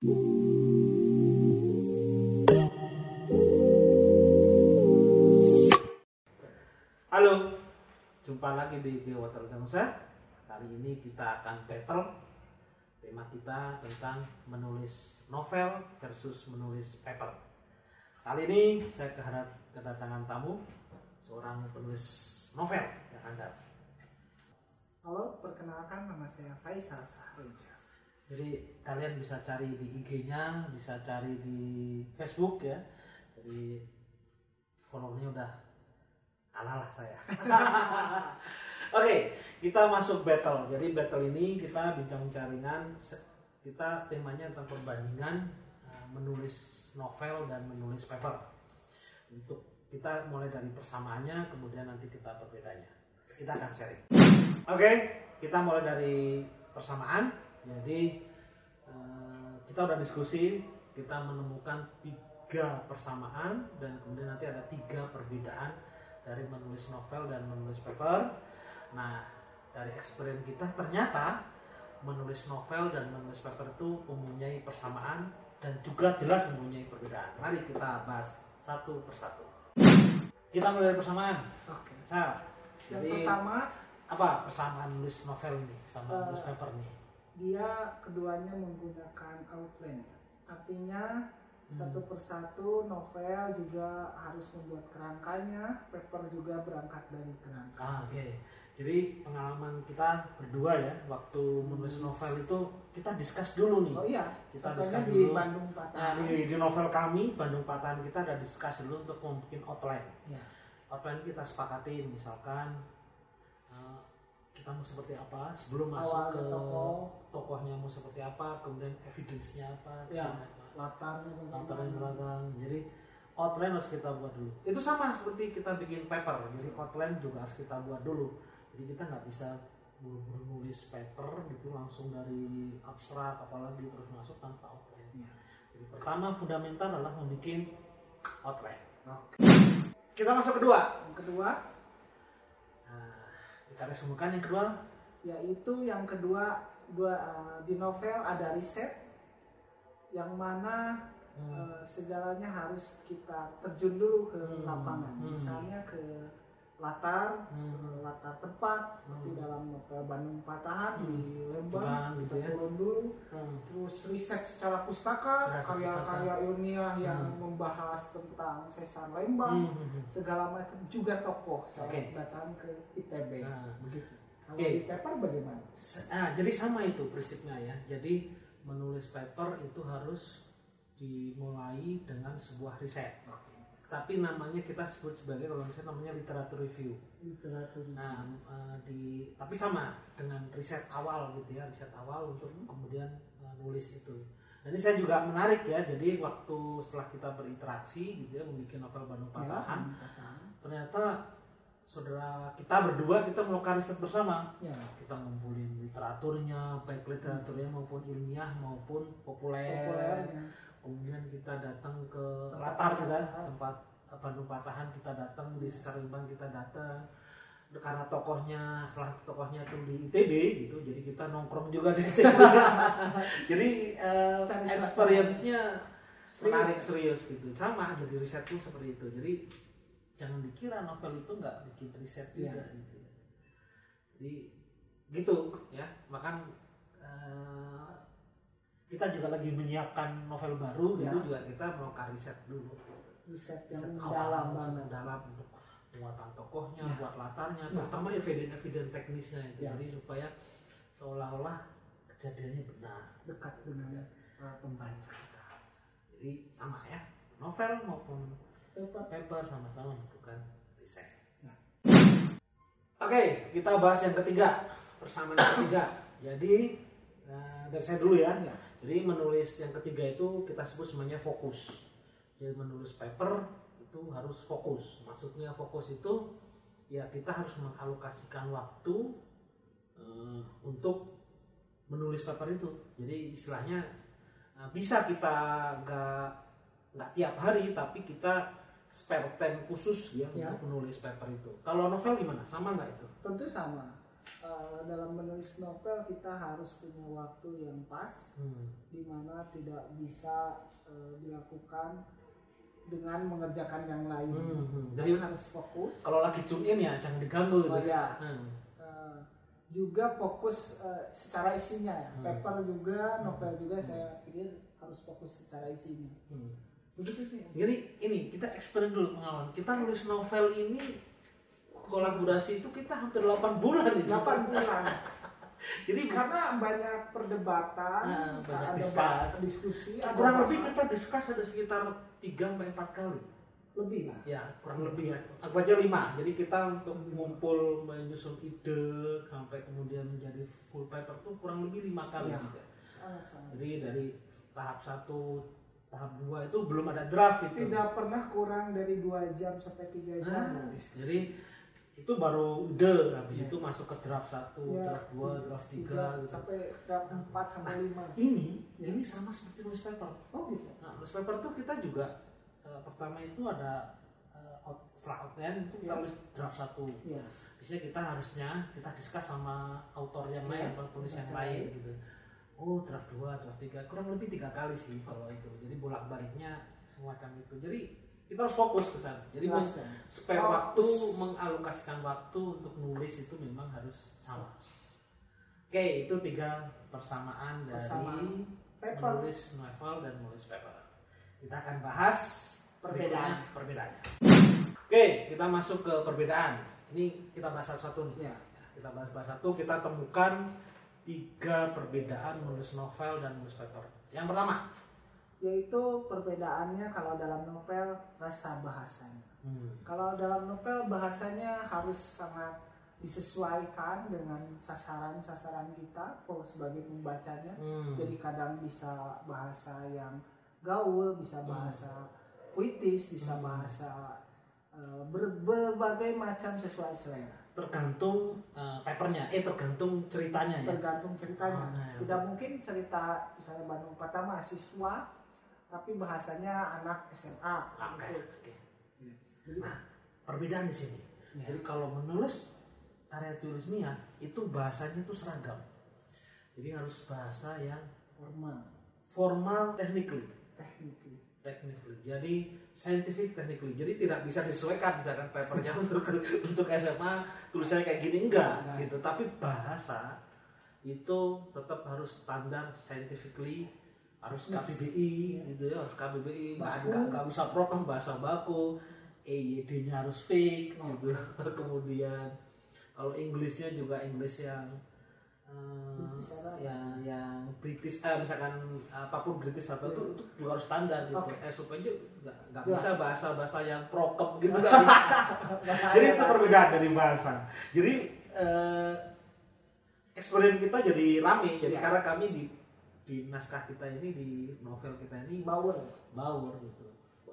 Halo, jumpa lagi di Water Dansa. Kali ini kita akan battle. Tema kita tentang menulis novel versus menulis paper. Kali ini saya kedatangan tamu, seorang penulis novel yang handal. Halo, perkenalkan nama saya Faisal Sahroja. Jadi kalian bisa cari di IG-nya, bisa cari di Facebook ya. Jadi follow-nya udah kalah lah saya. Oke, kita masuk battle. Jadi battle ini kita bincang-bincang ringan. Kita temanya tentang perbandingan menulis novel dan menulis paper. Untuk kita mulai dari persamaannya, kemudian nanti kita perbedaannya. Kita akan sharing. Oke, kita mulai dari persamaan. Jadi kita udah diskusi, kita menemukan 3 persamaan dan kemudian nanti ada 3 perbedaan dari menulis novel dan menulis paper. Nah, dari experience kita ternyata menulis novel dan menulis paper itu mempunyai persamaan dan juga jelas mempunyai perbedaan. Mari kita bahas satu persatu. Kita mulai dari persamaan. Oke. Jadi pertama, apa persamaan menulis novel ini sama menulis paper nih? dia keduanya menggunakan outline. Artinya satu persatu novel juga harus membuat kerangkanya, paper juga berangkat dari kerangka. Oke. Jadi pengalaman kita berdua ya, waktu menulis novel itu kita discuss dulu nih. Oh iya, Kita contohnya discuss di dulu. Bandung Patahan. Nah, di novel kami Bandung Patahan kita ada discuss dulu untuk membuat outline. Ya. Outline kita sepakatin, misalkan kita mau seperti apa sebelum masuk Awal ke tokoh. tokohnya mau seperti apa, kemudian evidence-nya apa, Ya, apa, latarnya latarnya belakang. Jadi outline harus kita buat dulu. Itu sama seperti kita bikin paper. Jadi outline juga harus kita buat dulu. Jadi kita nggak bisa buru-buru nulis paper gitu langsung dari abstrak apalagi terus masuk tanpa outline. Ya. Jadi pertama fundamental adalah membuat outline. Oke. Kita masuk kedua. Yang kedua, Kita resumkan yang kedua. yaitu yang kedua di novel ada riset yang mana segalanya harus kita terjun dulu ke lapangan. Misalnya ke latar tempat seperti dalam novel Bandung Patahan di Lembang, gitu kita ya. turun dulu, terus riset secara pustaka, karya-karya ilmiah yang membahas tentang sesar Lembang, segala macam, juga tokoh. Saya datang ke ITB. Begitu. Kalau di paper bagaimana? Jadi sama itu prinsipnya ya. Jadi menulis paper itu harus dimulai dengan sebuah riset. Tapi namanya kita sebut sebagai, kalau misalnya namanya literatur review. Nah, tapi sama dengan riset awal gitu ya, riset awal untuk kemudian nulis itu. Dan ini saya juga menarik ya. Jadi waktu setelah kita berinteraksi gitu ya, membuat novel Bandung Patahan, ternyata saudara kita berdua kita melakukan riset bersama. Ya. Kita ngumpulin literaturnya, baik literaturnya maupun ilmiah maupun populer. Kemudian kita datang ke latar kita, tempat Bandung Patahan kita datang, di sesar Lembang kita datang. Karena salah satu tokohnya itu di ITB gitu, jadi kita nongkrong juga di ITB. Jadi experience-nya menarik, serius gitu. Sama, jadi riset itu seperti itu. Jadi jangan dikira novel itu nggak bikin riset juga gitu. Jadi gitu ya, bahkan kita juga lagi menyiapkan novel baru gitu juga kita melakukan riset dulu. Riset yang dalam banget. Dalam untuk muatan tokohnya, buat latarnya, terutama evidence teknisnya itu. Jadi supaya seolah-olah kejadiannya benar, dekat dengan pembaca kita. Jadi sama ya, novel maupun paper sama-sama membutuhkan riset. Oke, kita bahas yang ketiga, persamaan yang ketiga. Jadi dari saya dulu ya. Jadi menulis yang ketiga itu kita sebut semuanya fokus. Jadi menulis paper itu harus fokus. Maksudnya fokus itu ya kita harus mengalokasikan waktu untuk menulis paper itu. Jadi istilahnya bisa kita nggak tiap hari, tapi kita spare time khusus ya untuk menulis paper itu. Kalau novel gimana? Sama nggak itu? Tentu sama. dalam menulis novel kita harus punya waktu yang pas, di mana tidak bisa dilakukan dengan mengerjakan yang lain. Jadi harus fokus. Kalau lagi tune in ya jangan diganggu. Oh ya. Juga fokus secara isinya ya. Paper juga, novel juga saya pikir harus fokus secara isinya. Begitu sih. Jadi ini kita eksperimen dulu pengalaman. Kita nulis novel ini kolaborasi itu kita hampir 8 bulan itu. 8 bulan. Jadi karena banyak perdebatan, banyak diskusi. Kurang lebih kita diskus ada sekitar 3-4 kali. Lebih lah. Ya, kurang lebih ya. Aku aja 5. Jadi kita untuk mengumpul, menyusun ide sampai kemudian menjadi full paper tuh kurang lebih 5 kali ya. gitu. Sangat. Jadi dari tahap 1, tahap 2 itu belum ada draft itu. Tidak pernah kurang dari 2 jam sampai 3 jam. Jadi itu baru ide, habis itu masuk ke draft 1, draft 2, draft 3 gitu. Sampai draft 4 sampai 5. Ini sama seperti nulis paper. Oh gitu. Nah, nulis paper tuh kita juga pertama itu ada setelah outline itu kita tulis draft 1. Biasanya kita diskus sama autor yang lain, penulis yang lain gitu. Oh, draft 2, draft 3, kurang lebih 3 kali sih kalau itu. Jadi bolak-baliknya semacam itu. Jadi kita harus fokus ke sana. Jadi spare waktu, mengalokasikan waktu untuk nulis itu memang harus sama. Oke, itu 3 persamaan dari menulis novel dan menulis paper. Kita akan bahas perbedaannya. Oke, kita masuk ke perbedaan. Ini kita bahas satu nih. Kita bahas satu, kita temukan 3 perbedaan menulis novel dan menulis paper. Yang pertama, yaitu perbedaannya kalau dalam novel rasa bahasanya. Kalau dalam novel bahasanya harus sangat disesuaikan dengan sasaran kita sebagai pembacanya. Jadi kadang bisa bahasa yang gaul, bisa bahasa puitis, bisa bahasa berbagai macam sesuai selera. Tergantung papernya, tergantung ceritanya ya. Tergantung ceritanya. Tidak mungkin cerita misalnya Bandung Pertama mahasiswa, tapi bahasanya anak SMA. Oke. Nah, perbedaan di sini. Jadi kalau menulis karya tulis Mia itu bahasanya itu seragam. Jadi harus bahasa yang formal, technically. Jadi scientific technically. Jadi tidak bisa disesuaikan misalkan papernya untuk SMA tulisannya kayak gini enggak gitu. Tapi bahasa itu tetap harus standar scientifically, harus KBBI gitu ya, harus KBBI. Enggak bisa prokem bahasa baku. EYD-nya harus fake gitu. Kemudian kalau Inggrisnya juga Inggris yang yang British, misalkan apapun British atau itu juga harus standar gitu. supaya nggak bisa bahasa yang prokem gitu nggak bisa. Jadi itu perbedaan dari bahasa. Jadi experience kita jadi rame. Jadi karena kami di naskah kita ini, di novel kita ini baur gitu.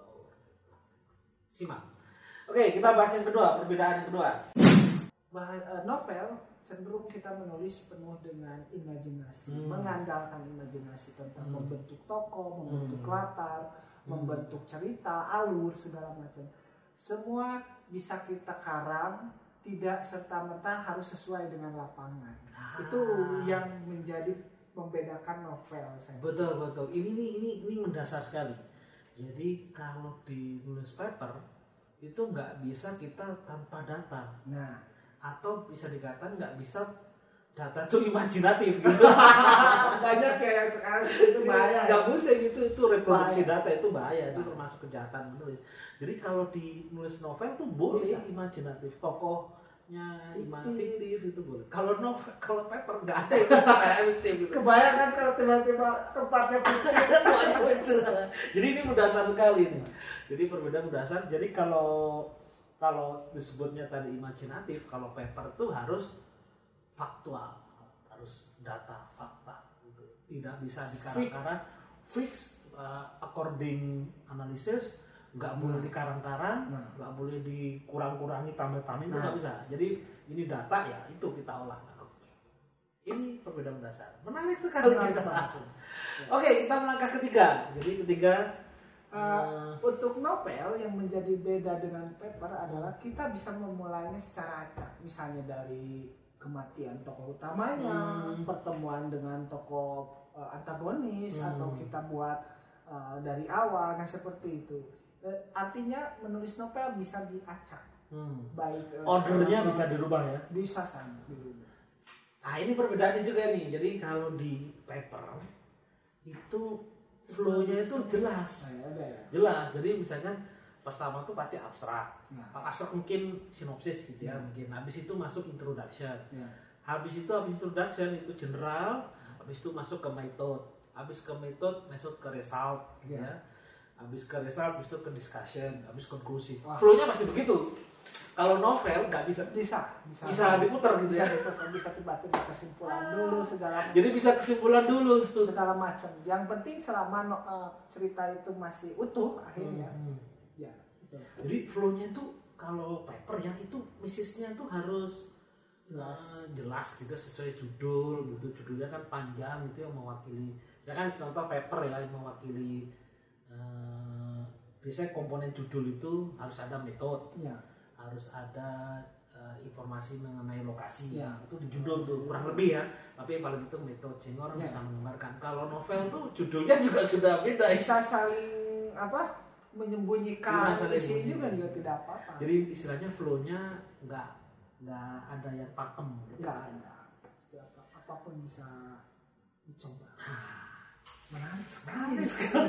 Simak. Oke, kita bahas yang kedua, perbedaan yang kedua. Novel cenderung kita menulis penuh dengan imajinasi, mengandalkan imajinasi tentang membentuk tokoh, membentuk latar, membentuk cerita, alur, segala macam. Semua bisa kita karang, tidak serta-merta harus sesuai dengan lapangan. Itu yang menjadi membedakan novel saya. Betul. Ini mendasar sekali. Jadi kalau di nulis paper itu nggak bisa kita tanpa data. Atau bisa dikatakan nggak bisa data itu imajinatif gitu. Banyak ya yang sekarang itu bahaya. Nggak bisa gitu, itu reproduksi bahaya. Data itu bahaya, itu termasuk kejahatan menulis. Jadi kalau di nulis novel tuh boleh imajinatif, tokohnya fiktif itu boleh. Kalau novel, kalau paper nggak ada itu fiktif gitu. Kebayangkan kalau tiba-tiba tempatnya fiktif. Jadi ini mendasar sekali nih. Jadi perbedaan mendasar. Jadi kalau disebutnya tadi imajinatif, kalau paper tuh harus faktual, harus data, fakta gitu. Tidak bisa dikarang-karang, fix according analysis, nggak boleh dikarang-karang, nggak boleh dikurang-kurangi, tambah-tambah, itu nggak bisa. Jadi ini data ya, itu kita olah. Ini perbedaan dasar. Menarik sekali kita. Oke, kita melangkah ketiga. Jadi ketiga, untuk novel yang menjadi beda dengan paper adalah kita bisa memulainya secara acak, misalnya dari kematian tokoh utamanya, pertemuan dengan tokoh antagonis, atau kita buat dari awal. Nah seperti itu. Artinya menulis novel bisa diacak. Baik ordernya bisa dirubah ya. Bisa sangat dirubah. Nah ini perbedaannya juga nih. Jadi kalau di paper itu flow-nya itu jelas. Jelas. Jadi misalkan pertama tuh pasti abstrak. Abstrak mungkin sinopsis gitu ya. Mungkin habis itu masuk introduction. Habis introduction itu general. Habis itu masuk ke method. Habis ke method masuk ke result gitu ya. Habis ke result, habis itu ke discussion, habis konklusi. Flow-nya pasti begitu. Kalau novel nggak bisa diputar gitu ya. Bisa tiba-tiba kesimpulan dulu segala macam. Jadi bisa kesimpulan dulu tuh. Segala macam. Yang penting selama cerita itu masih utuh akhirnya. Ya. Betul. Jadi flow-nya tuh kalau paper ya itu misisnya tuh harus jelas gitu sesuai judul gitu. Judulnya kan panjang gitu yang mewakili. Ya kan contoh paper ya yang mewakili biasanya komponen judul itu harus ada metode. Harus ada informasi mengenai lokasi itu di judul tuh kurang lebih ya, tapi yang paling itu metode sehingga orang bisa menggambarkan. Kalau novel tuh judulnya juga sudah beda, bisa saling menyembunyikan isi juga tidak apa-apa. Jadi istilahnya flow-nya nggak ada yang pakem, nggak ada, apapun bisa dicoba. Menarik sekali.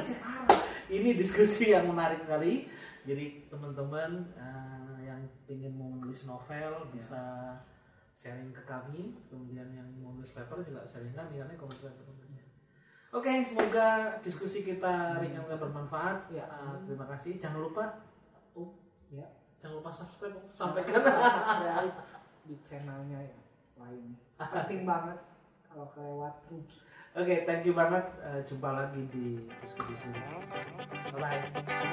Ini diskusi yang menarik sekali. Jadi teman-teman yang ingin mau menulis novel bisa sharing ke kami, kemudian yang mau nulis paper juga sharing kami karena komentar-komentarnya. Oke, semoga diskusi kita ringan dan bermanfaat. Terima kasih. Jangan lupa jangan lupa subscribe. Sampaikan di channelnya yang lain. Penting banget, kalau kelewat rugi. Oke, thank you banget. Jumpa lagi di diskusi sini. Bye bye.